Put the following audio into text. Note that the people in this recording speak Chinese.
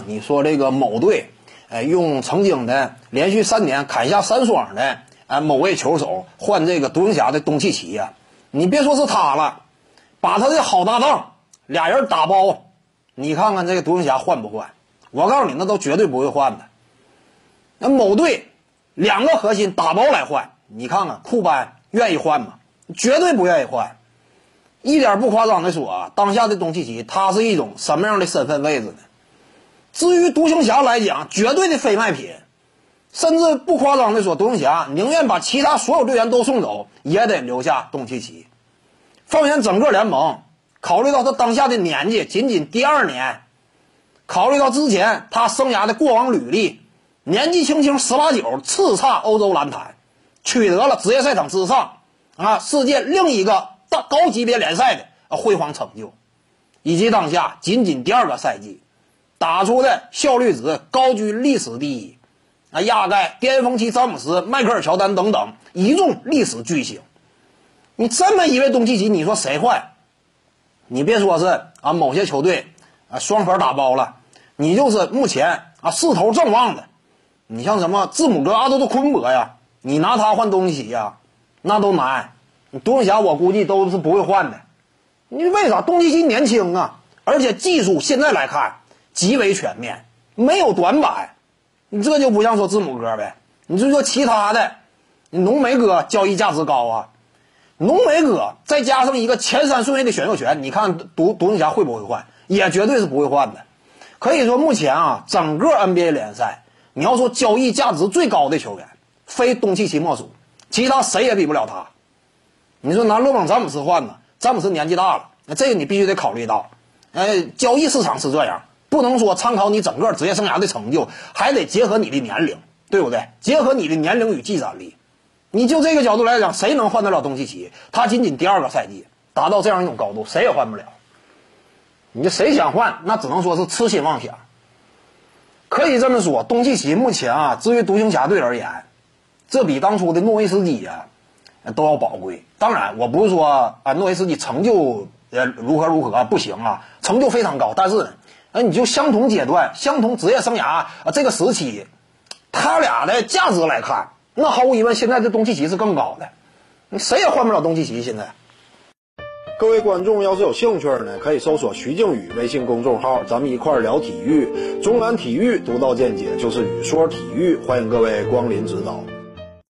你说这个某队，用曾经的连续3年砍下3双的某位球手换这个独行侠的东契奇呀，你别说是他了，把他的好搭档俩人打包，你看看这个独行侠换不换？我告诉你，那都绝对不会换的。那某队2个核心打包来换，你看看库班愿意换吗？绝对不愿意换。一点不夸张的说啊，当下的东契奇他是一种什么样的身份位置呢？至于独行侠来讲，绝对的非卖品，甚至不夸张的说，独行侠宁愿把其他所有队员都送走，也得留下东契奇。放眼整个联盟，考虑到他当下的年纪仅仅第2年，考虑到之前他生涯的过往履历，年纪轻轻18、9，叱咤欧洲篮坛，取得了职业赛场之上世界另一个高级别联赛的辉煌成就，以及当下仅仅第2个赛季打出的效率值高居历史第一，压盖巅峰期詹姆斯、迈克尔乔丹等等一众历史巨星。你这么一位东契奇，你说谁换？你别说是某些球队双核打包了，你就是目前势头正旺的，你像什么字母哥、阿多特昆博呀，你拿他换东契奇呀，那都难。独行侠我估计都是不会换的。你为啥？东契奇年轻啊，而且技术现在来看极为全面，没有短板。你这就不像说字母哥呗，你就说其他的，你浓眉哥交易价值高啊，浓眉哥再加上一个前3顺位的选秀权，你看独行侠会不会换？也绝对是不会换的。可以说目前整个 NBA 联赛，你要说交易价值最高的球员，非东契奇莫属，其他谁也比不了他。你说拿勒布朗詹姆斯换呢？詹姆斯年纪大了，这个你必须得考虑到。交易市场是这样，不能说参考你整个职业生涯的成就，还得结合你的年龄，对不对？结合你的年龄与技战力。你就这个角度来讲，谁能换得了东契奇？他仅仅第2个赛季达到这样一种高度，谁也换不了。你这谁想换，那只能说是痴心妄想。可以这么说，东契奇目前至于独行侠队而言，这比当初的诺维斯基都要宝贵。当然我不是说诺维斯基成就如何不行成就非常高，但是呢你就相同阶段相同职业生涯这个时期，他俩的价值来看，那毫无疑问现在的东契奇是更高的，谁也换不了东契奇。现在各位观众要是有兴趣呢，可以搜索徐静宇微信公众号，咱们一块聊体育，中南体育独到见解就是语说体育，欢迎各位光临指导。